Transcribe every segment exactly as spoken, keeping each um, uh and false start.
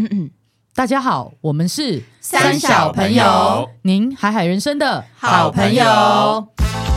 大家好，我们是三小朋友， 您海海人生的好朋友。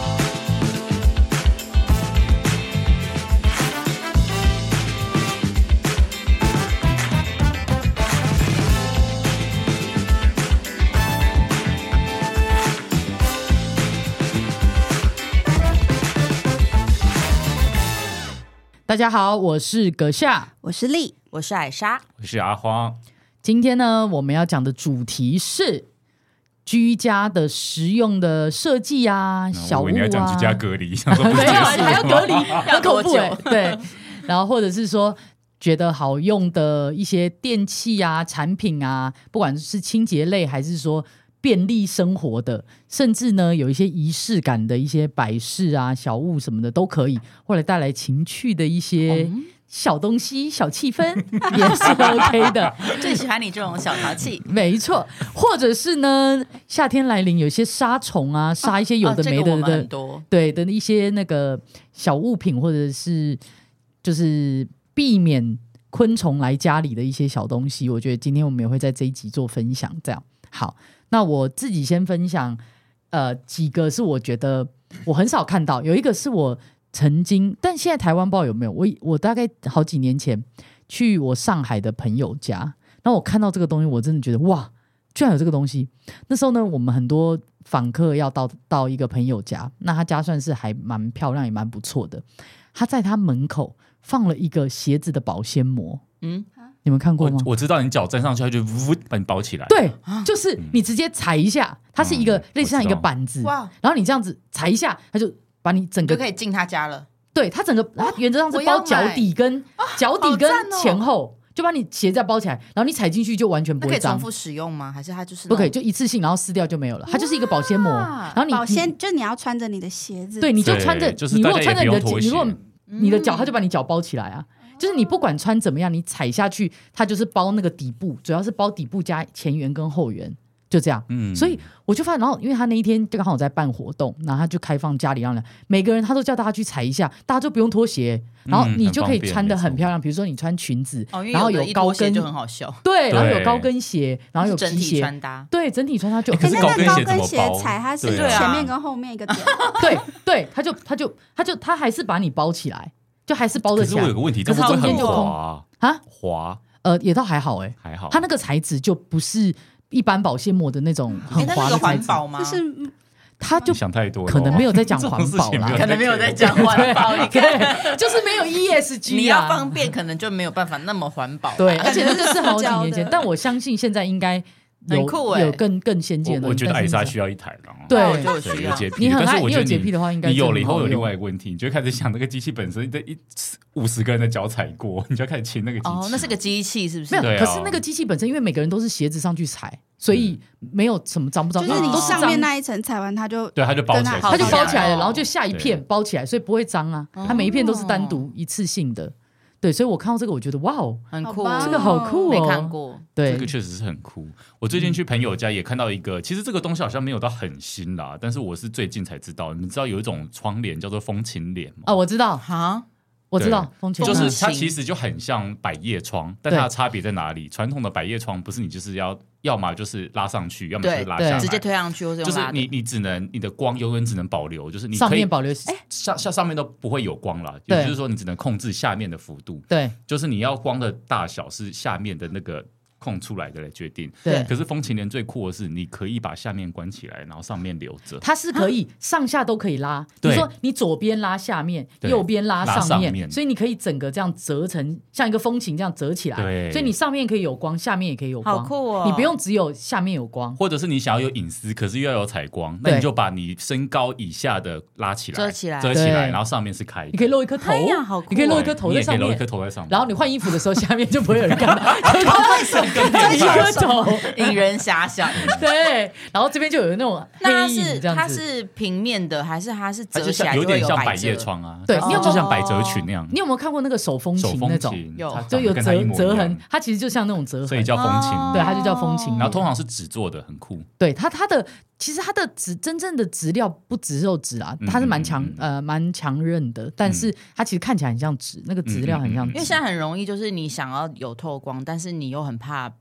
大家好，我是阁下， 我是丽， 我是艾莎， 我是阿荒。 今天呢，我们要讲的主题是居家的实用的设计啊，小物啊。 我以为你要讲居家隔离，想说不是没有， 结束还要隔离，很恐怖哎。 要多久对，然后或者是说觉得好用的一些电器啊、产品啊，不管是清洁类还是说便利生活的，甚至呢有一些仪式感的一些摆饰啊、小物什么的都可以，或者带来情趣的一些小东西、小气氛也是 OK 的。 最喜欢你这种小淘气。 没错，或者是呢，夏天来临，有一些杀虫啊，杀一些有的没的的， 哦这个我们很多对的一些那个小物品，或者是就是避免昆虫来家里的一些小东西。我觉得今天我们也会在这一集做分享。这样好，那我自己先分享，呃，几个是我觉得我很少看到，有一个是我曾经，但现在台湾不知道有没有。我我大概好几年前去我上海的朋友家，然后我看到这个东西，我真的觉得哇，居然有这个东西。那时候呢，我们很多访客要到到一个朋友家，那他家算是还蛮漂亮，也蛮不错的。他在他门口放了一个鞋子的保鲜膜，嗯，你们看过吗？ 我, 我知道你脚站上去，它就呜把你包起来。 对，就是你直接踩一下，它是一个、嗯、类似像一个板子，然后你这样子踩一下，它就把你整个就可以进他家了。 对，它整个它原则上是包脚底跟脚底跟前后，就把你鞋子包起来，然后你踩进去就完全不会脏。 那可以重复使用吗？还是它就是不可以，就一次性，然后撕掉就没有了。它就是一个保鲜膜，然后你保鲜就你要穿着你的鞋子， 对，你就穿着， 就是你如果穿着你的， 你如果你的脚，它就把你脚包起来啊。就是你不管穿怎么样，你踩下去，它就是包那个底部，主要是包底部加前缘跟后缘。就这样、嗯、所以我就发现，然后因为他那一天就刚好在办活动，然后他就开放家里让人每个人他都叫大家去踩一下，大家就不用脱鞋，然后你就可以穿得很漂亮、嗯、比如说你穿裙子、 哦、 然后有高跟就很好笑， 对，然后有高跟鞋，然后有皮鞋， 整体穿搭， 对，整体穿搭就、 欸、可是高跟鞋怎么包？ 踩它是前面跟后面一个点， 对对，他就他就他就他还是把你包起来，就还是包得起来。 可是我有个问题， 可是中间就空啊滑， 呃，也倒还好哎、欸， 还好， 它那个材质就不是一般保鲜膜的那种很滑的材质， 环保吗？ 就是他就想太多了， 可能没有在讲环保啦， 可能没有在讲环保，你看， 就是没有 E S G 啊。 你要方便，可能就没有办法那么环保。 对，而且那个是好几年前，但我相信现在应该有很酷欸， 有更更先进的。 我, 我觉得艾莎需要一台了。 对， 我就需要。 有洁癖， 你很爱， 你有洁癖的话，应该你有了以后有另外一个问题，你就会开始想那个机器本身的一五十个人的脚踩过，你就要开始亲那个机器。 哦，那是个机器，是不是？ 没有，可是那个机器本身，因为每个人都是鞋子上去踩，所以没有什么脏不脏， 就是你上面那一层踩完，它就对，它就包起来， 它就包起来了，然后就下一片包起来，所以不会脏啊。它每一片都是单独一次性的。对，所以我看到这个，我觉得哇哦， 很酷， 这个好酷哦， 没看过。 对， 这个确实是很酷。我最近去朋友家也看到一个，其实这个东西好像没有到很新啦，但是我是最近才知道。你们知道有一种窗帘叫做风琴帘吗？ 哦，我知道哈， 我知道风琴就是它其实就很像百叶窗，但它的差别在哪里？传统的百叶窗不是你就是要要么就是拉上去，要么就是拉下来， 直接推上去，或者就是你你只能你的光永远只能保留，就是你可以上面保留， 下下上面都不会有光了，也就是说你只能控制下面的幅度， 对， 就是你要光的大小是下面的那个空出来的来决定。 对， 可是风琴帘最酷的是，你可以把下面关起来，然后上面留着。 它是可以上下都可以拉，比如说你左边拉下面，右边拉上 面, 上面， 所以你可以整个这样折成像一个风琴这样折起来。 对， 所以你上面可以有光，下面也可以有光， 好酷哦！ 你不用只有下面有光， 或者是你想要有隐私，可是又要有采光，那你就把你身高以下的拉起来， 遮起来， 遮起来，然后上面是开的， 你可以露一颗头， 哎呀，好酷！ 你可以露一颗头在上面， 露一颗头在上面， 然后你换衣服的时候，下面就不会有人看到， 这一颗头引人遐想。 对，然后这边就有那种黑影，这样子。 它是平面的，还是它是折起来有点像百叶窗啊？ 对， 你有就像百褶裙那样。 你有没有看过那个手风琴那种？ 有， 就有折折痕，它其实就像那种折痕， 所以叫风琴。 对，它就叫风琴。 然后通常是纸做的，很酷。 对，它它的其实它的纸真正的质料不只有纸啊，它是蛮强呃蛮强韧的，但是它其实看起来很像纸，那个质料很像纸。 因为现在很容易就是你想要有透光，但是你又很怕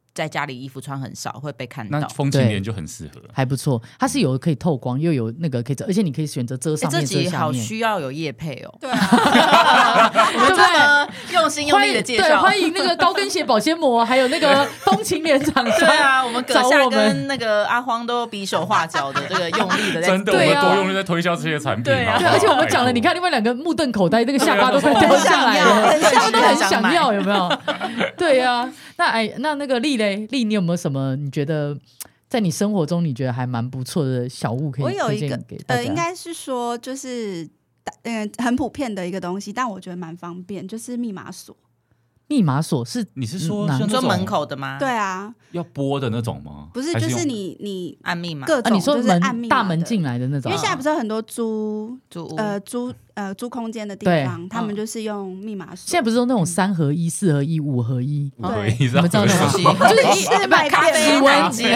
在家里衣服穿很少会被看到。 那风琴帘就很适合， 还不错。它是有可以透光，又有那个可以遮，而且你可以选择遮上面、 欸、这集好遮下面。 需要有业配哦。 对啊， 我们这么用心用力的介绍， 对，欢迎那个高跟鞋保鲜膜，还有那个风琴帘厂商。 对啊，我们阁下我们跟那个阿荒都比手画脚的，这个用力的在真的， 对啊我们多用力在推销这些产品。 对啊， 对，而且我们讲了，你看另外两个目瞪口呆，那个下巴都快掉下来了，他们都很想要，有没有？对呀、啊，那哎，那那个丽嘞，丽，你有没有什么你觉得在你生活中你觉得还蛮不错的小物可以推荐给大家？ 呃，应该是说就是呃很普遍的一个东西，但我觉得蛮方便，就是密码锁。 密码锁是你是说哪你说门口的吗？ 对啊， 要拨的那种吗？ 不是，就是你你按密码啊， 各种你说就是按密码门大门进来的那种， 因为现在不是有很多租租屋呃租呃租空间的地方，他们就是用密码锁。 现在不是有那种三合一、四合一、五合一？ 五合一， 你们知道那东西种吗？就是是卖咖啡、奶精、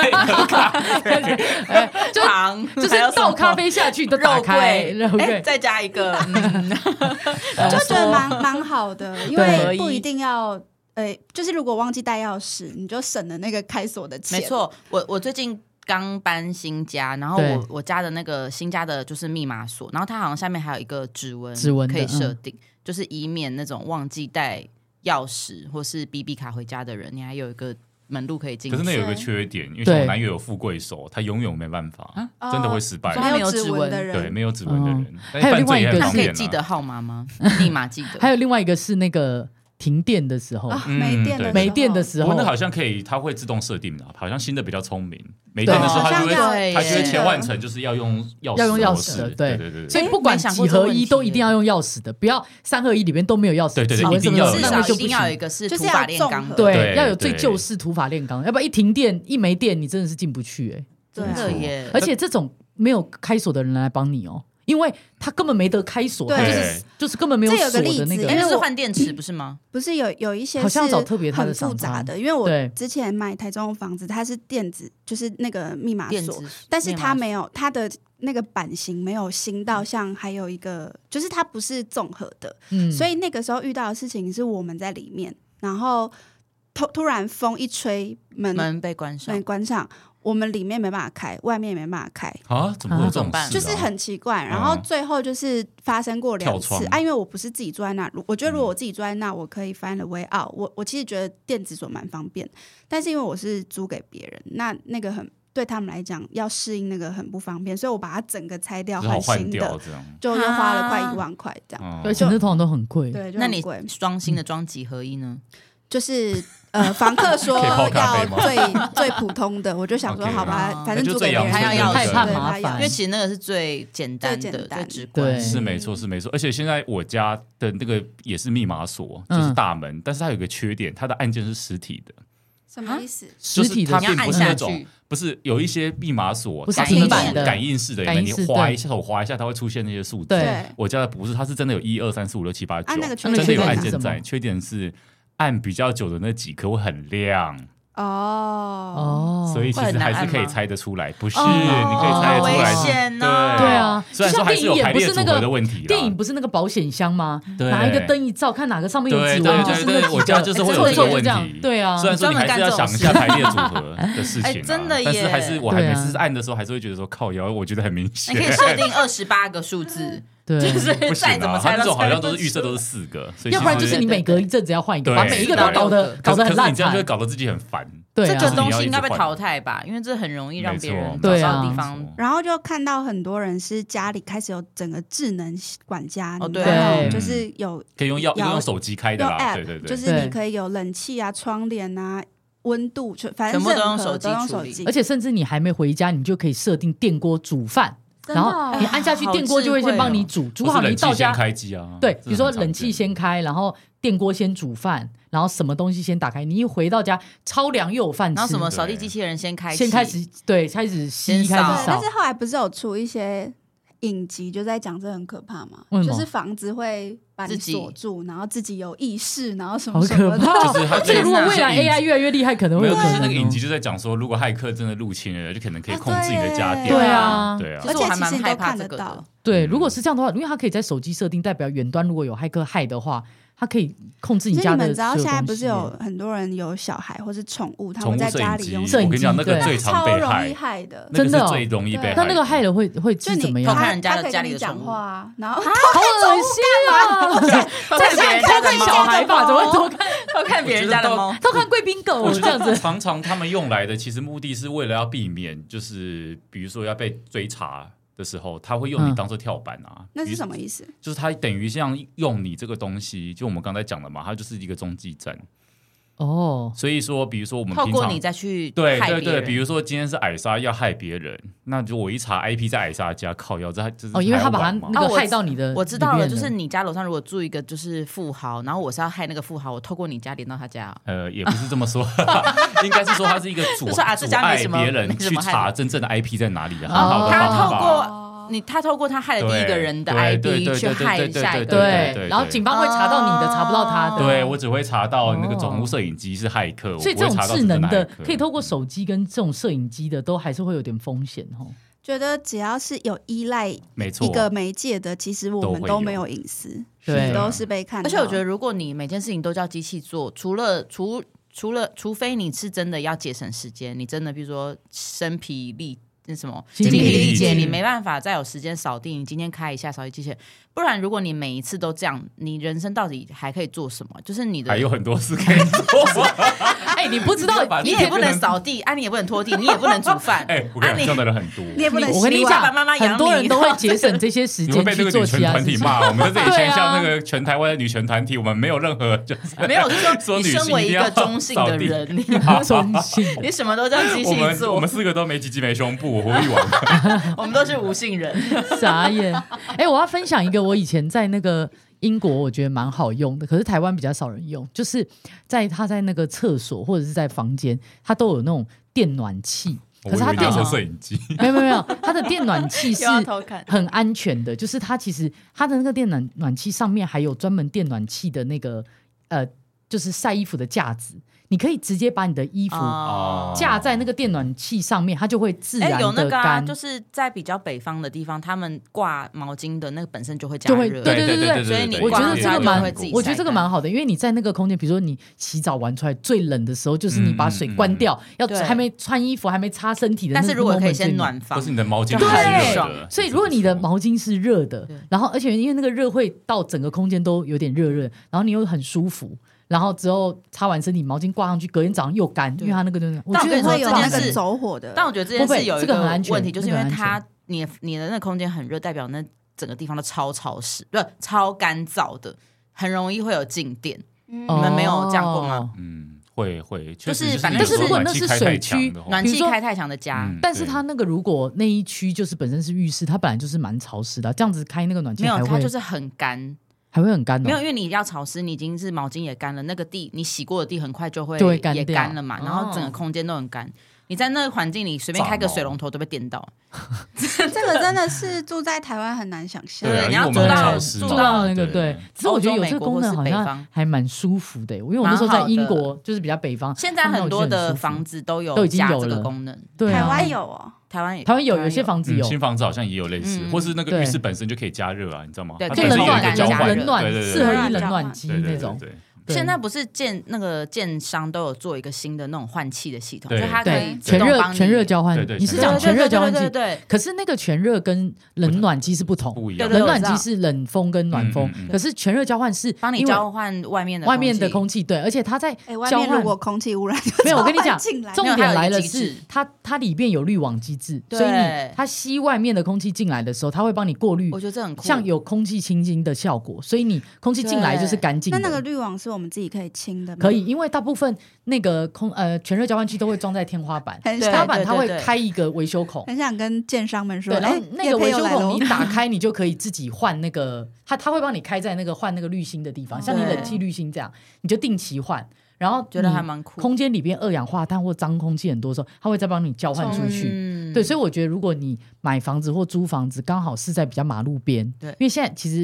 就糖， 就是倒咖啡下去都打开，肉桂再加一个，嗯、 就觉得蛮蛮好的，因为不一定要。呃，就是如果忘记带钥匙，你就省了那个开锁的钱。 没错，我我最近刚搬新家，然后我我家的那个新家的就是密码锁，然后它好像下面还有一个指纹， 指纹可以设定、嗯，就是以免那种忘记带钥匙或是 B B 卡回家的人，你还有一个门路可以进去。 可是那有一个缺点，因为像我男友有富贵手，他永远没办法，啊、真的会失败。 没有指纹的人， 对，没有指纹的人。 哦、还有另外一个他可以记得号码吗？密码记得。 还有另外一个是那个。停电的时候、 啊，没电的时候， 没电的时候， 不过那好像可以，它会自动设定的，好像新的比较聪明。没电的时候，它就会，它就会前万层就是要用钥匙， 要用钥匙的，对对对对。 所以不管几合一都一定要用钥匙的，不要三合一里面都没有钥匙。 对对对，一定要至少一定要有一个是土法炼钢的， 对，要有最旧式土法炼钢，要不然一停电一没电，你真的是进不去哎。 真的耶！ 而且这种没有开锁的人来帮你哦。因为他根本没得开锁，他就是就是根本没有锁的那个。 因为就是换电池不是吗？ 不是有有一些好像找特别很复杂的，因为我之前买台中的房子，它是电子，就是那个密码锁，但是它没有它的那个版型没有新到像还有一个，就是它不是综合的，嗯，所以那个时候遇到的事情是我们在里面，然后突突然风一吹，门门被关上， 门关上。我们里面没办法开，外面也没办法开啊？怎么会有这种事、啊？ 就是很奇怪。然后最后就是发生过两次啊，因为我不是自己住在那，我觉得如果我自己住在那，我可以 find a way out。我我其实觉得电子锁蛮方便，但是因为我是租给别人，那那个很对他们来讲要适应那个很不方便，所以我把它整个拆掉换新的，就又花了快一万块这样。 而且那通常都很贵。 对， 那你装新的装几合一呢？ 就是呃，房客说要最最普通的，我就想说好吧，反正租给别人他要害怕麻烦， 因为其实那个是最简单的、最直观。 是没错，是没错。而且现在我家的那个也是密码锁，就是大门，嗯、但是它有个缺点，它的按键是实体的。 什么意思？ 实体的， 它并不是那种，不是有一些密码锁， 不是平板的感应式的，你划一下手划一下，它会出现那些数字。 对， 我家的不是，它是真的有一二三四五六七八九， 真的有按键在。缺点是。按比较久的那几颗会很亮哦哦， 所以其实还是可以猜得出来，不是？你可以猜得出来， 危险哦！对啊， 虽然说还是有排列组合的问题。 电影不是那个保险箱吗？拿一个灯一照，看哪个上面有指纹，就是那我家就是会有这个问题。 对啊， 虽然说你还是要想一下排列组合的事情， 真的耶。 但是还是我还每次按的时候，还是会觉得说靠腰，我觉得很明显。 你可以设定二十八个数字。 对， 就是再怎么猜， 那种好像都是预设都是四个，所以要不然就是你每隔一阵子要换一个，把每一个都搞得搞得很烂， 你这样就会搞得自己很烦。 对， 这个东西应该被淘汰吧？因为这很容易让别人找到地方。 然后就看到很多人是家里开始有整个智能管家， 哦对， 就是有可以用要用手机开的啦，对对对， 就是你可以有冷气啊、窗帘啊。温度反正全部都用手机处理， 而且甚至你还没回家，你就可以设定电锅煮饭。然后你按下去，电锅就会先帮你煮，煮好你到家开机啊。 对，比如说冷气先开，然后电锅先煮饭，然后什么东西先打开，你一回到家超凉又有饭吃。 然后什么扫地机器人先开， 先开始对，开始吸，开始扫。 但是后来不是有出一些影集就在讲这很可怕嘛，就是房子会把你锁住，然后自己有意识，然后什么什么的。 好可怕！就是如果未来 A I 越来越厉害，可能会有可能那个影集就在讲说，如果骇客真的入侵了，就可能可以控制你的家电。 对啊， 对啊。 而且其实你都看得到。 对，如果是这样的话，因为它可以在手机设定，代表远端如果有骇客害的话， 它可以控制你家的。 你们知道现在不是有很多人有小孩或是宠物，他们在家里用摄影机， 我跟你讲，那个最常被害， 超容易害的， 真的、 哦、最容易被害。 那那个害了会会是怎么样？ 偷看人家的家里的宠物啊，然后好恶心啊！ 在别人家的小孩吧，怎么会偷看偷看别人家的猫？ 偷看贵宾狗这样子。 常常他们用来的其实目的是为了要避免，就是比如说要被追查的时候，他会用你当做跳板啊、嗯。 那是什么意思？ 就是他等于像用你这个东西，就我们刚才讲的嘛，它就是一个中继站。哦，所以说，比如说我们平常透过你再去对对对，比如说今天是艾莎要害别人，那就我一查 I P 在艾莎家靠腰，这就是哦，因为他把他那个害到你的、 啊我，我知道了，就是你家楼上如果住一个就是富豪，然后我是要害那个富豪，我透过你家连到他家、哦。 呃，也不是这么说，应该是说他是一个阻啊、 阻碍别人去查真正的 I P 在哪里的，很好的他方法。 透过。你他透过他害了第一个人的 I D 去害下一个人，对，然后警方会查到你的，查不到他的。 对，我只会查到那个总务摄影机是骇客， 所以这种智能的可以透过手机跟这种摄影机的，都还是会有点风险哦。 觉得只要是有依赖一个媒介的，其实我们都没有隐私，对，都是被看到。 而且我觉得，如果你每件事情都叫机器做，除了除除了，除非你是真的要节省时间，你真的比如说身疲力。那什么精疲力竭，你没办法再有时间扫地，你今天开一下扫地机器人，不然如果你每一次都这样，你人生到底还可以做什么？就是你的还有很多事可以做。 哎、欸，你不知道， 你也不能扫地啊，你也不能拖地，你也不能煮饭。 哎、欸，我跟你讲，这样的人很多， 你也不能。 我跟你讲， 爸爸妈妈养你， 很多人都会节省这些时间去做其他事情。 你会被那个女权团体骂，我们在这里先向那个全台湾的女权团体，我们没有任何就是没有，就是说你身为一个中性的人，你中性， 你什么都叫机器做。 我们四个都没鸡鸡没胸部，我活一晚。 我们都是无性人， 傻眼。哎、欸，我要分享一个我以前在那个英国我觉得蛮好用的，可是台湾比较少人用，就是在他在那个厕所或者是在房间，他都有那种电暖气。可是他电暖摄影机没有没有没有，他的电暖气是很安全的，就是他其实他的那个电暖暖气上面还有专门电暖气的那个呃，就是晒衣服的架子。你可以直接把你的衣服架在那个电暖器上面，它就会自然的干。 有那个啊，就是在比较北方的地方，他们挂毛巾的那个本身就会加热， 对对对对， 所以你我觉得这个蛮，我觉得这个蛮好的，因为你在那个空间，比如说你洗澡完出来最冷的时候，就是你把水关掉，嗯嗯、要还没穿衣服、还没擦身体的那个 moment， 但是如果可以先暖房， 或是你的毛巾对，所以如果你的毛巾是热的，然后而且因为那个热会到整个空间都有点热热，然后你又很舒服。然后之后擦完身体，毛巾挂上去，隔天早上又干，因为它那个我觉得会有那个走火的。 但我觉得这件事有一个问题， 这个就是因为它你你的那个空间很热，代表那整个地方都超潮湿，不超干燥的，很容易会有静电。嗯、你们没有这样过吗？ 嗯，会会， 就是反正但是如果那是水区， 暖气开太强的家， 嗯、但是它那个如果那一区就是本身是浴室，它本来就是蛮潮湿的，这样子开那个暖气没有，它就是很干。 还会很干、哦、 没有，因为你要潮湿，你已经是毛巾也干了，那个地你洗过的地很快就会也干了嘛，然后整个空间都很干。你在那个环境里随便开个水龙头都被电到， 这个真的是住在台湾很难想象。 对， 你要住到住到那个对，其实我觉得有这个功能好像还蛮舒服的，因为我那时候在英国就是比较北方， 现在很多的房子都有都已经有这个功能， 对， 台湾有哦。 台湾台湾有有些房子有、 嗯，新房子好像也有类似，嗯、或是那个浴室本身就可以加热啊，你知道吗？ 对， 可以冷暖交换冷暖， 对对对， 四合一冷暖机那种。 对对对对，现在不是建那个建商都有做一个新的那种换气的系统，就它可以全热全热交换。你是讲全热交换器？ 对。 可是那个全热跟冷暖机是不同， 不一样。 冷暖机是冷风跟暖风，可是全热交换是帮你交换外面的外面的空气。对，而且它在交换， 如果空气污染， 没有，我跟你讲，重点来了是它它里面有滤网机制，所以你它吸外面的空气进来的时候，它会帮你过滤。 我觉得这很酷， 像有空气清新的效果，所以你空气进来就是干净的。 那那个滤网是我们自己可以清。 可以，因为大部分那个空呃全热交换器都会装在天花板，天花板它会开一个维修孔， 很想跟建商们说， 对，然后那个维修孔你打开，你就可以自己换那个，它它会帮你开在那个换那个滤芯的地方，像你冷气滤芯这样，你就定期换。然后觉得还蛮酷， 空间里边二氧化碳或脏空气很多的时候，它会再帮你交换出去。嗯、对，所以我觉得如果你买房子或租房子，刚好是在比较马路边，对，因为现在其实。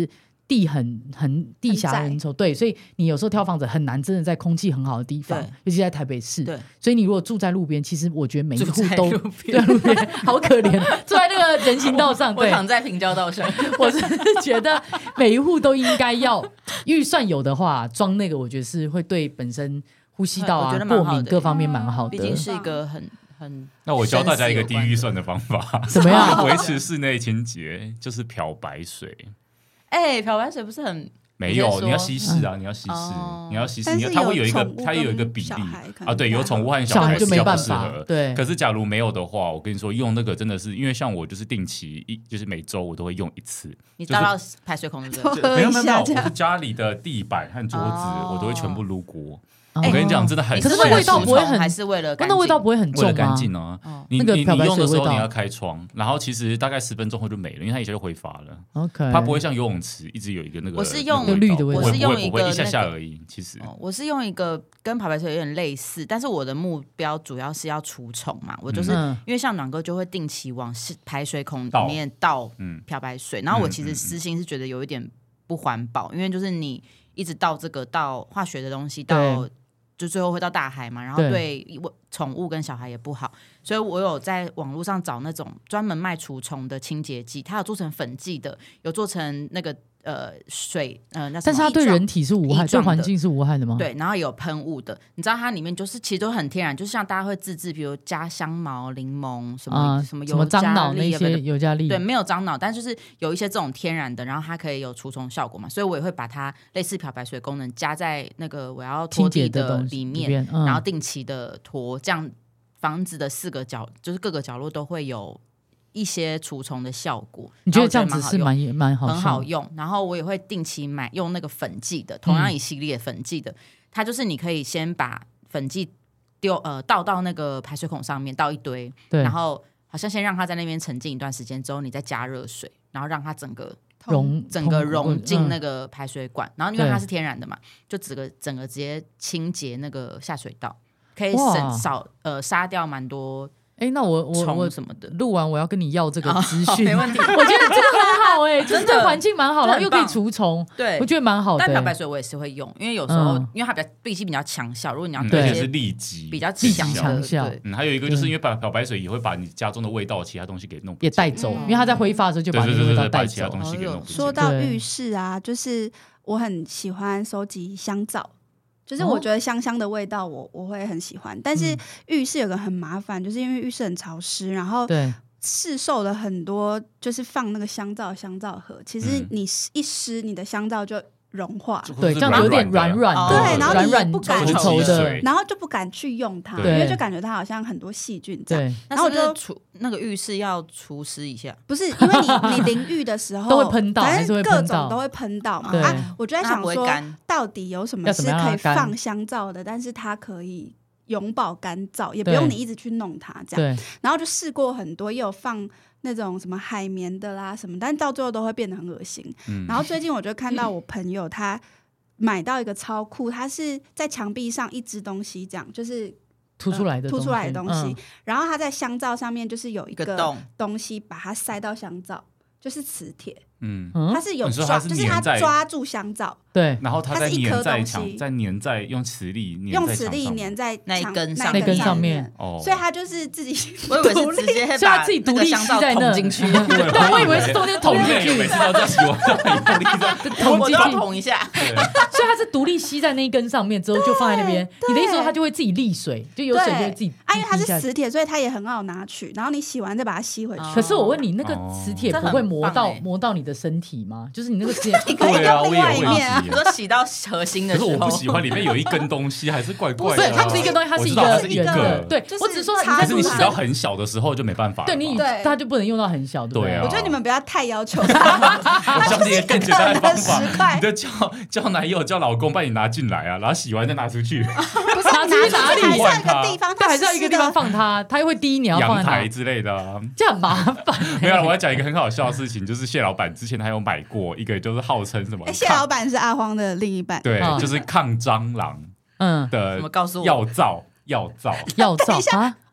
地很很地狭人稠，对，所以你有时候挑房子很难真的在空气很好的地方，尤其在台北市。对，所以你如果住在路边，其实我觉得每一户都住在路边，好可怜，住在那个人行道上， 我躺在平交道上。 我是觉得每一户都应该要预算有的话，装那个，我觉得是会对本身呼吸道啊、过敏各方面蛮好的。 毕竟是一个很很…… 那我教大家一个低预算的方法， 怎么样维持室内清洁？就是漂白水。 哎、欸，漂白水不是很没有？你要稀释啊，嗯、你要稀释，哦、你要稀释，你它会有一个，它有一个比例啊。对，有宠物和小孩就没办法。 对， 可是假如没有的话，我跟你说，用那个真的是，因为像我就是定期一，就是每周我都会用一次。 你倒到排水孔对不对？没有没有没有，我是家里的地板和桌子，哦、我都会全部撸锅。我跟你讲，真的很， 可是那味道不会很， 还是为了那味道不会很重吗？ 为了干净啊！你你你用的时候你要开窗，然后其实大概十分钟后就没了，因为它一下就挥发了。 OK， 它不会像游泳池一直有一个那个。 我是用绿的味道， 我是用一个一下下而已。其实我是用一个跟漂白水有点类似，但是我的目标主要是要除虫嘛。我就是因为像暖哥就会定期往排水孔里面倒漂白水，然后我其实私心是觉得有一点不环保，因为就是你一直倒这个倒化学的东西到。就最后会到大海嘛，然后对宠物跟小孩也不好，所以我有在网络上找那种专门卖除虫的清洁剂，它有做成粉剂的，有做成那个呃水呃那什么， 但是它对人体是无害，对环境是无害的吗？ 对，然后有喷雾的，你知道它里面就是其实都很天然，就像大家会自制，比如加香茅、柠檬什么、啊、什么尤加利那些尤加利， 对，没有樟脑，但就是有一些这种天然的，然后它可以有除虫效果嘛，所以我也会把它类似漂白水功能加在那个我要拖地的里面，嗯、然后定期的拖，这样房子的四个角就是各个角落都会有一些除虫的效果。 你觉得这样子是蛮蛮好， 很好用。然后我也会定期买用那个粉剂的，同样一系列粉剂的，嗯、它就是你可以先把粉剂丢呃倒到那个排水孔上面，倒一堆，然后好像先让它在那边沉浸一段时间之后，你再加热水，然后让它整个融整个融进那个排水管，嗯、然后因为它是天然的嘛，就整个整个直接清洁那个下水道，可以省少呃杀掉蛮多。 哎，那我我我什么的录完我要跟你要这个资讯， 哦，没问题。 我觉得这个很好哎，就是对环境蛮好，然后又可以除虫， 对， 我觉得蛮好的。 但漂白水我也是会用，因为有时候、嗯、因为它比较毕竟比较强效，如果你要对是立即比较强效， 嗯，还有一个就是因为把漂白水也会把你家中的味道、其他东西给弄也带走，因为它在挥发的时候就把那个味道带走， 其他东西给弄。 说到浴室啊，就是我很喜欢收集香皂。就是我觉得香香的味道我，我我会很喜欢。但是浴室有个很麻烦，就是因为浴室很潮湿，然后市售的很多就是放那个香皂香皂盒，其实你一湿，你的香皂就融化， 对，这样有点软软的， 对，然后你也不敢稠的， 然后就不敢去用它，因为就感觉它好像很多细菌这样。然后我就除那个浴室要除湿一下， 不是因为你你淋浴的时候都会喷到， 反正各种都会喷到嘛。啊，我就在想说，到底有什么是可以放香皂的，但是它可以永保干燥，也不用你一直去弄它这样。然后就试过很多，也有放那种什么海绵的啦什么，但到最后都会变得很恶心。嗯、然后最近我就看到我朋友他买到一个超酷，他是在墙壁上一支东西，这样就是凸出来的、呃、 凸出来的东西，嗯、然后他在香皂上面就是有一个东西把它塞到香皂，就是磁铁。 嗯， 它是有抓，是就是它抓住香皂， 对， 然后它再粘在墙，再粘在用磁力粘用磁力粘在那一根上那根上面， 哦， 所以它就是自己， 我以为是直接把自己独立吸在那进去， 对，我以为是中间捅进去， 每次都这样洗完，独立这捅进去捅一下， 所以它是独立吸在那一根上面之后就放在那边，你的意思说它就会自己沥水，就有水就会自己， 啊，因为它是磁铁，所以它也很好拿取，然后你洗完再把它吸回去。 可是我问你，那个磁铁不会磨到磨到你的身体吗？就是你那个磁铁，你可以用另外一面啊。 你说洗到核心的时候， 可是我不喜欢里面有一根东西，还是怪怪的。 对，它不是一根东西，它是一个一个。 对，我只是说， 可是你洗到很小的时候就没办法。 对你，它就不能用到很小，对不对？ 我觉得你们不要太要求它。 我相信一个更简单的方法，你就叫叫男友叫老公帮你拿进来啊，然后洗完再拿出去。 不是拿去哪里？还是要一个地方， 对，还是要一个地方放它，它又会滴，你要放阳台之类的， 这很麻烦。 没有，我要讲一个很好笑的事情，就是谢老板之前他有买过一个，就是号称什么？ 谢老板是阿荒的另一半， 对，就是抗蟑螂，嗯的药皂，药皂， 药皂啊！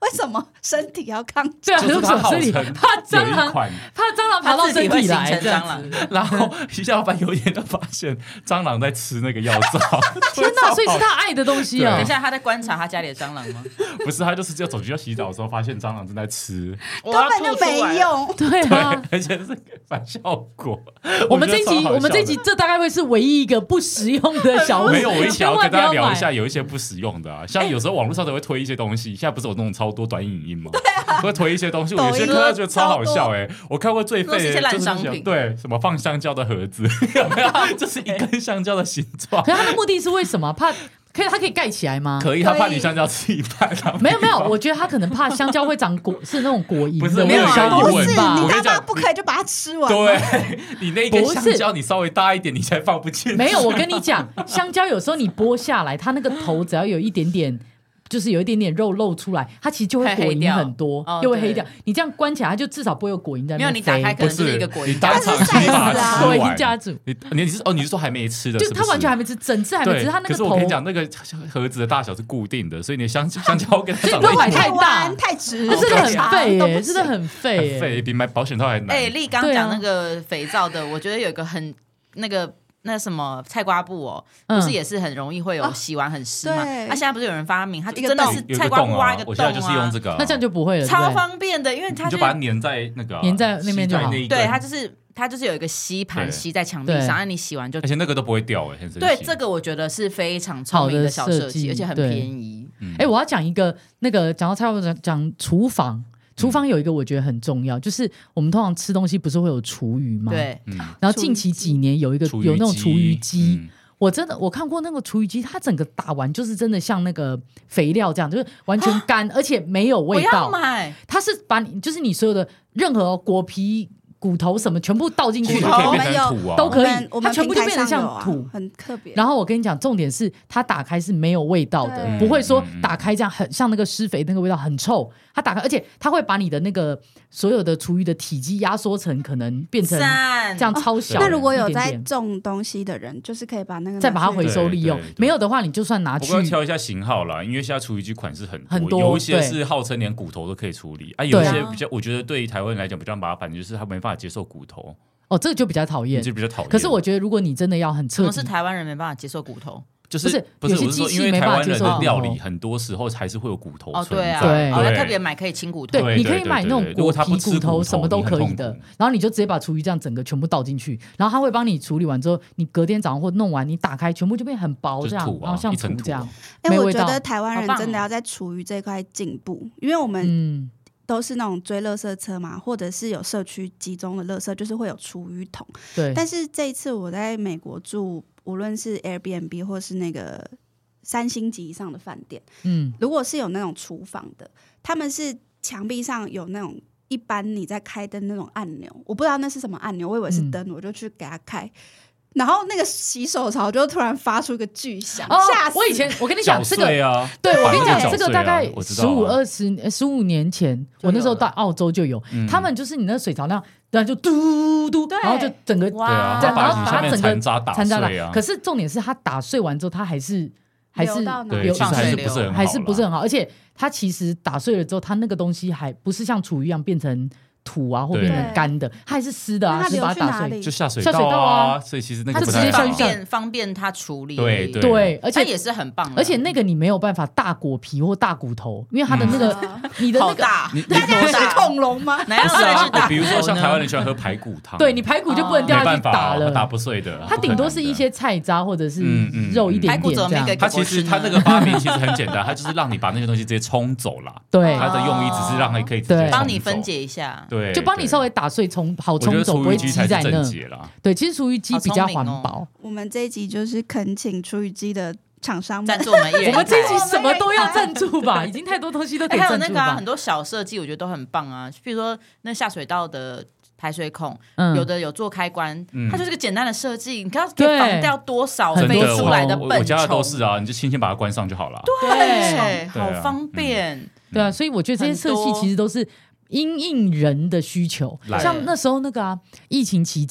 为什么身体要抗对啊， 就是它号称怕蟑螂，怕蟑螂爬到身体来， 蟑螂。 然后徐小凡有一天就发现蟑螂在吃那个药皂， 天哪！所以是他爱的东西啊。 等一下，他在观察他家里的蟑螂吗？ 不是，他就是要走去要洗澡的时候，发现蟑螂正在吃， 根本就没用。 对啊， 而且是反效果。 我们这一集，我们这一集，这大概会是唯一一个不实用的小物。 没有，我一起要跟大家聊一下，有一些不实用的啊，像有时候网络上都会推一些东西，现在不是有那种超多短影音吗？会推一些东西，我有些看到觉得超好笑哎、欸！我看过最废的就是烂商品， 对，什么放香蕉的盒子，有没有？就是一根香蕉的形状。 可是他的目的是为什么？怕可以，它可以盖起来吗？ 可以，他怕你香蕉吃一半。 没有没有，我觉得他可能怕香蕉会长果，是那种果蝇， 不是没有小疑问吧？ 你干嘛不可以就把它吃完？ 对，你那一根香蕉你稍微大一点，你才放不进去。 没有，我跟你讲，香蕉有时候你剥下来，它那个头只要有一点点。就是有一点点肉露出来，它其实就会果蝇很多，又会黑掉。你这样关起来，它就至少不会有果蝇在那边飞。 没有，你打开可能就是一个果蝇。 你当场你把它吃完， 完。 家族， 你你是哦，你是说还没吃的？ 就它完全还没吃，整只还没吃。它那个头， 可是我跟你讲，那个盒子的大小是固定的，所以你的香香蕉跟它长得太大太直， 真的很废耶，真的很废， 废比买保险套还难。 哎，丽刚讲那个肥皂的，我觉得有一个很那个。那什么菜瓜布哦，不是也是很容易会有洗完很湿嘛？他现在不是有人发明，他真的是菜瓜布挖一个洞啊， 我现在就是用这个， 那这样就不会了， 超方便的，因为它就把它粘在那个粘在那边就好。 对，它就是它就是有一个吸盘吸在墙壁上，那你洗完就， 而且那个都不会掉哎， 对，这个我觉得是非常聪明的小设计，而且很便宜。 哎，我要讲一个那个讲到菜瓜布讲讲厨房。厨房有一个我觉得很重要，就是我们通常吃东西不是会有厨余吗？ 对， 嗯、然后近期几年有一个有那种厨余机，嗯、我真的我看过那个厨余机，它整个打完就是真的像那个肥料这样，就是完全干，而且没有味道。 我要买， 它是把你就是你所有的任何果皮。骨头什么全部倒进去， 我们有都可以，它全部就变成像土， 很特别。 然后我跟你讲，重点是它打开是没有味道的，不会说打开这样很像那个施肥那个味道很臭。它打开，而且它会把你的那个所有的厨余的体积压缩成可能变成这样超小。 那如果有在种东西的人，就是可以把那个再把它回收利用。没有的话，你就算拿去， 我要挑一下型号啦，因为现在厨余机款式很很多， 有一些是号称连骨头都可以处理啊，有一些比较，我觉得对于台湾人来讲比较麻烦，就是他没办法接受骨头。 哦，这个就比较讨厌， 就比较讨厌。 可是我觉得，如果你真的要很彻底， 什么是台湾人没办法接受骨头？ 就是不是不是说，因为台湾人的料理很多时候还是会有骨头存在， 对啊，对，特别买可以清骨头， 对，你可以买那种果皮、骨头什么都可以的，然后你就直接把厨余这样整个全部倒进去，然后他会帮你处理完之后，你隔天早上或弄完，你打开全部就变很薄这样，然后像土这样。 哎，我觉得台湾人真的要在厨余这一块进步，因为我们嗯。都是那种追垃圾车嘛，或者是有社区集中的垃圾，就是会有厨余桶。 对。 但是这一次我在美国住，无论是 Airbnb 或是那个三星级以上的饭店，嗯，如果是有那种厨房的，他们是墙壁上有那种一般你在开灯那种按钮，我不知道那是什么按钮，我以为是灯，嗯、我就去给他开。然后那个洗手槽就突然发出一个巨响， 哦、吓死！我以前我跟你讲这个， 啊、 对我跟你讲这个大概十五二十十五年前，我那时候到澳洲就有，嗯、他们就是你那个水槽量，然后就嘟嘟，然后就整个哇， 然后把它整个残渣打碎啊。 可是重点是它打碎完之后，它还是还是对，其实还是不是很好， 还是不是很好，而且它其实打碎了之后，它那个东西还不是像厨余一样变成。土啊，或变成干的，它还是湿的啊，是把它打碎， 就下水道啊。所以其实那个它直接方便方便它处理， 对对，而且也是很棒。 而且那个你没有办法大果皮或大骨头，因为它的那个你的那个， 你那个是恐龙吗？ 哪样是大？ 比如说像台湾人喜欢喝排骨汤， 对你排骨就不能掉下去打了， 打不碎的。 它顶多是一些菜渣或者是肉一点点这样。 它其实它那个发明其实很简单，它就是让你把那些东西直接冲走了。 对， 它的用意只是让它可以直接帮你分解一下， 对， 就帮你稍微。打碎冲好冲走，不会积在那。对，其实厨余机比较环保。 我们这一集就是恳请厨余机的厂商赞助我们， 我们这一集什么都要赞助吧，已经太多东西都可以赞助了。 还有那个、啊、很多小设计，我觉得都很棒啊。比如说那下水道的排水孔，嗯、有的有做开关，嗯、它就是个简单的设计，你看可以防掉多少飞出来的笨虫。 我家的都是啊，你就轻轻把它关上就好了。 对，好方便。 嗯、对啊，所以我觉得这些设计其实都是。因应人的需求，像那时候那个啊，疫情期间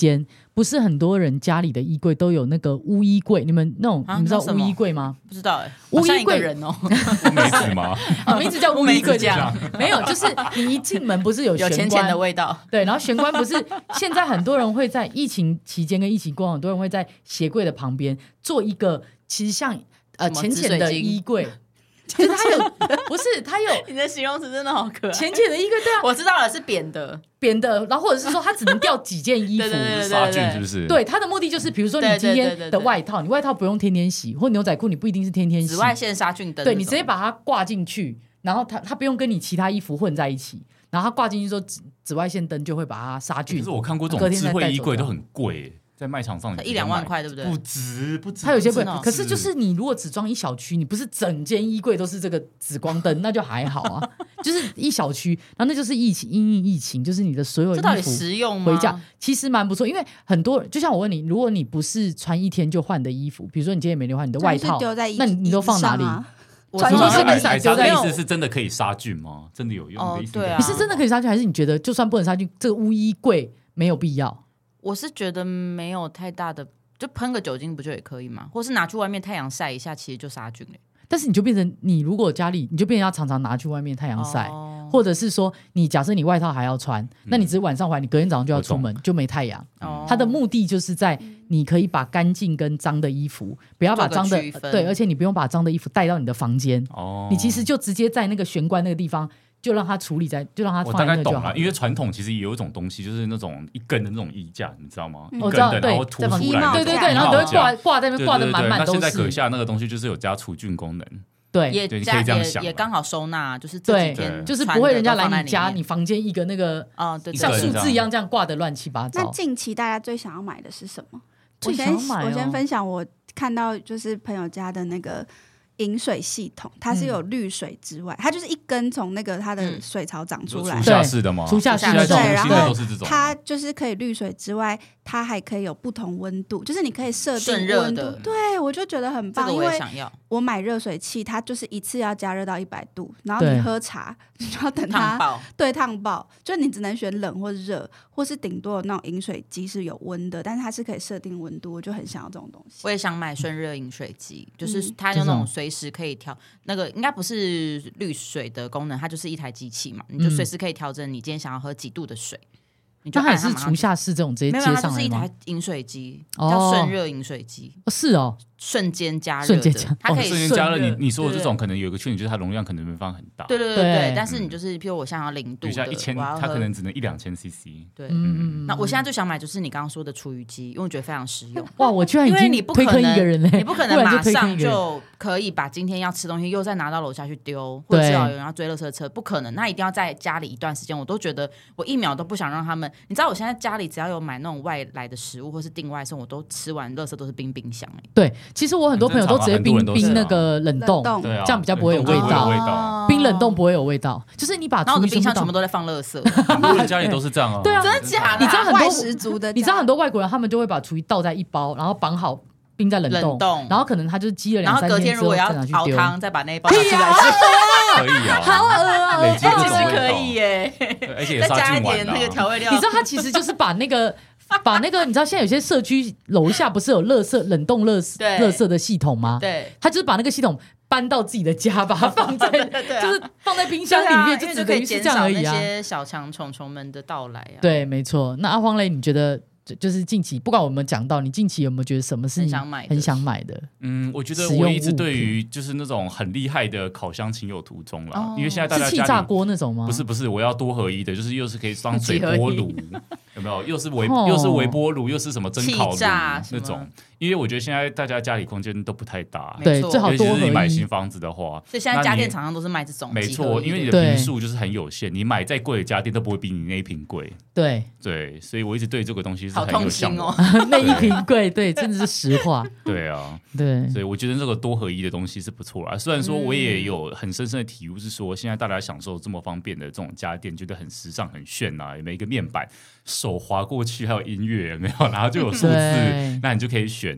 不是很多人家里的衣柜都有那个污衣柜，你们那种、啊、你们知道污衣柜吗？ 不知道哎、欸， 污衣柜人哦， 梅子吗？ 啊，名字叫污衣柜这样，没有，就是你一进门不是有玄关有浅浅的味道， 对，然后玄关不是现在很多人会在疫情期间跟疫情过后，很多人会在鞋柜的旁边做一个其实像呃浅浅的衣柜。其实它有，不是它有， 你的形容词真的好可爱。 浅浅的衣柜，对啊， 我知道了，是扁的， 扁的，然后或者是说它只能吊几件衣服， 杀菌是不是？ 对，它的目的就是，比如说你今天的外套，你外套不用天天洗，或牛仔裤你不一定是天天洗， 紫外线杀菌灯， 对你直接把它挂进去，然后它它不用跟你其他衣服混在一起，然后它挂进去之后，紫紫外线灯就会把它杀菌。 可是我看过这种智慧衣柜都很贵。在卖场上一两万块，对不对？ 不止，不止。 它有些贵，可是就是你如果只装一小区，你不是整间衣柜都是这个紫光灯，那就还好啊。就是一小区，然后那就是疫情，因应疫情，就是你的所有衣服， 这到底实用吗？ 回家其实蛮不错，因为很多就像我问你，如果你不是穿一天就换的衣服，比如说你今天没换你的外套，那你你都放哪里？ 穿衣是没晒， 丢在意思是真的可以杀菌吗？真的有用的意思？ 对啊， 你是真的可以杀菌，还是你觉得就算不能杀菌，这个污衣柜没有必要？ 我是觉得没有太大的，就喷个酒精不就也可以吗？或是拿去外面太阳晒一下，其实就杀菌了。 但是你就变成你如果家里，你就变成要常常拿去外面太阳晒，哦、或者是说你假设你外套还要穿，嗯、那你只是晚上回来，你隔天早上就要出门，就没太阳。哦、它的目的就是在你可以把干净跟脏的衣服，不要把脏的对，而且你不用把脏的衣服带到你的房间。哦，你其实就直接在那个玄关那个地方。就让它处理在，就让它放在那就好。我大概懂了， 因为传统其实也有一种东西，就是那种一根的那种衣架，你知道吗？ 我知道， 然后凸出来， 对对对，然后都会挂挂在那边，挂的满满都是。 那现在阁下那个东西就是有加除菌功能， 对， 也加也也刚好收纳，就是这几天就是不会人家来你家，你房间一个那个哦，对，像数字一样这样挂的乱七八糟。 那近期大家最想要买的是什么？ 最想买， 我先分享我看到就是朋友家的那个。饮水系统，它是有滤水之外，嗯、它就是一根从那个它的水槽长出来， 厨下式的吗？ 厨下式的，对， 然后它就是可以滤水之外，它还可以有不同温度，就是你可以设定温度。对，我就觉得很棒， 这个我也想要。 因为我买热水器，它就是一次要加热到一百度，然后你喝茶你就要等它烫爆， 对，烫爆，就你只能选冷或热，或是顶多有那种饮水机是有温的，但是它是可以设定温度，我就很想要这种东西。 我也想买顺热饮水机，就是它有那种随时可以调。那个应该不是滤水的功能，它就是一台机器嘛，你就随时可以调整你今天想要喝几度的水。你就它也是厨下式这种直接接上来吗？ 没有，它就是一台饮水机，叫顺热饮水机。 哦，是哦， 瞬间加热的， 瞬间加， 它可以瞬间加热。你你说的这种可能有一个缺点，就是它容量可能没办法很大。 对对对对，但是你就是譬如我想要零度的， 像一千，它可能只能一两千 C C。 对，嗯，那我现在最想买就是你刚刚说的厨余机，因为我觉得非常实用。 哇，我居然已经推坑一个人嘞！ 你不可能马上就可以把今天要吃东西又再拿到楼下去丢，或者至少有人要追垃圾车，不可能。那一定要在家里一段时间，我都觉得我一秒都不想让他们。你知道我现在家里只要有买那种外来的食物或是订外送，我都吃完垃圾都是冰冰箱哎。 对，其实我很多朋友都直接冰冰那个冷冻，这样比较不会有味道。冰冷冻不会有味道，就是你把然后我的冰箱全部都在放垃圾， 很多人家里都是这样哦。 对啊， 真的假的？ 你知道很多十足的， 你知道很多外国人他们就会把厨余倒在一包，然后绑好。冰在冷冻， 冻然后可能它就积了两三天之后再拿去丢， 然后隔天如果要熬汤，再把那一包拿出来吃， 可以啊， 好恶啊！ 累积这种味道， 其实可以耶， 而且再加一点那个调味料。 你知道它其实就是把那个把那个，你知道现在有些社区楼下不是有垃圾冷冻垃圾垃圾的系统吗？ 对， 他就是把那个系统搬到自己的家，把它放在就是放在冰箱里面，就只等于是这样而已啊。 那些小强虫虫们的到来啊， 对，没错。那阿荒嘞，你觉得？就是近期，不管我们讲到，你近期有没有觉得什么是你很想买的？ 嗯，我觉得我一直对于就是那种很厉害的烤箱情有独钟啦，哦、因为现在大家家里是气炸锅那种吗？ 不是不是，我要多合一的，就是又是可以当水波炉，有没有？又是微、哦、又是微波炉，又是什么蒸烤炉那种。因为我觉得现在大家家里空间都不太大， 对，最好多合一。 尤其是你买新房子的话， 所以现在家电厂商都是卖这种， 没错，因为你的坪数就是很有限，你买再贵的家电都不会比你那一坪贵。 对对，所以我一直对这个东西是很有向往。 那一瓶贵，对，真的是实话。 对啊， 对， 所以我觉得这个多合一的东西是不错啦。虽然说我也有很深深的体悟，是说现在大家享受这么方便的这种家电，觉得很时尚、很炫啊，有每一个面板手滑过去，还有音乐，有没有？然后就有数字，那你就可以选。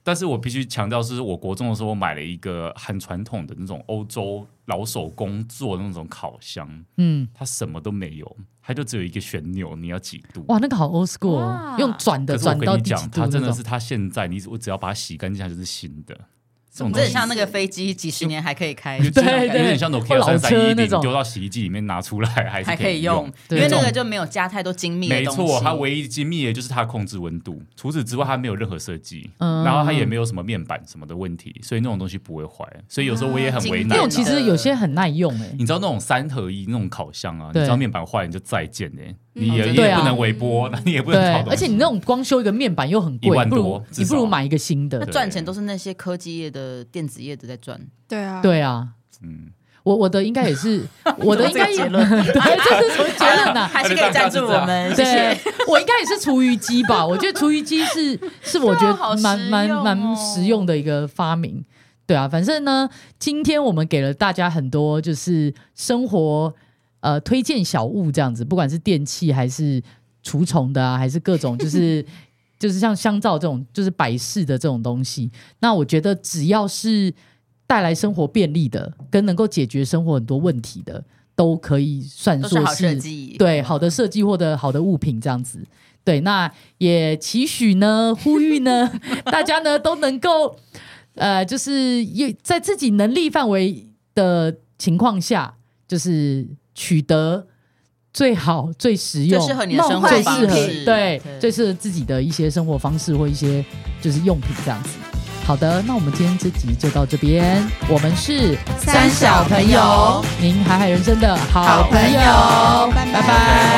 但是我必须强调是我国中的时候我买了一个很传统的那种欧洲老手工做的那种烤箱，嗯，它什么都没有，它就只有一个旋钮，你要几度？ 哇，那个好 old school，、哦、用转的转到第几度？可是我跟你讲， 它真的是它现在你我只要把它洗干净，它就是新的。 这很像那个飞机几十年还可以开， 对对， 有点像 Nokia 三三一零丢到洗衣机里面拿出来还是可以用， 因为那个就没有加太多精密的东西。 没错，它唯一精密的就是它控制温度，除此之外它没有任何设计，嗯、然后它也没有什么面板什么的问题，所以那种东西不会坏。所以有时候我也很为难。 那种其实有些很耐用哎、欸， 你知道那种三合一那种烤箱啊，你知道面板坏你就再见哎、欸。你也、 嗯、 也不能微波，那、啊、你也不能烤东西， 而且你那种光修一个面板又很贵， 一万多， 你不如买一个新的。 那赚钱都是那些科技业的、电子业的在赚。 对啊， 对啊，嗯，我我的应该也是，我的应该结论， 对，这是什么结论呢、啊？ 还是可以赞助我们，谢谢。 我应该也是厨余机吧？我觉得厨余机是是我觉得蛮蛮蛮实用的一个发明。对啊，反正呢，今天我们给了大家很多就是生活。呃，推荐小物这样子，不管是电器还是除虫的啊，还是各种就是就是像香皂这种就是摆饰的这种东西，那我觉得只要是带来生活便利的，跟能够解决生活很多问题的，都可以算作是， 都是好设计， 对，好的设计或者好的物品这样子。对，那也期许呢，呼吁呢，大家呢都能够呃，就是在自己能力范围的情况下，就是取得最好最实用最适合你的生活方式， 对，最适合自己的一些生活方式或一些就是用品这样子。好的，那我们今天这集就到这边，我们是三小朋友， 您海海人生的好朋友， 好朋友拜拜。 拜拜。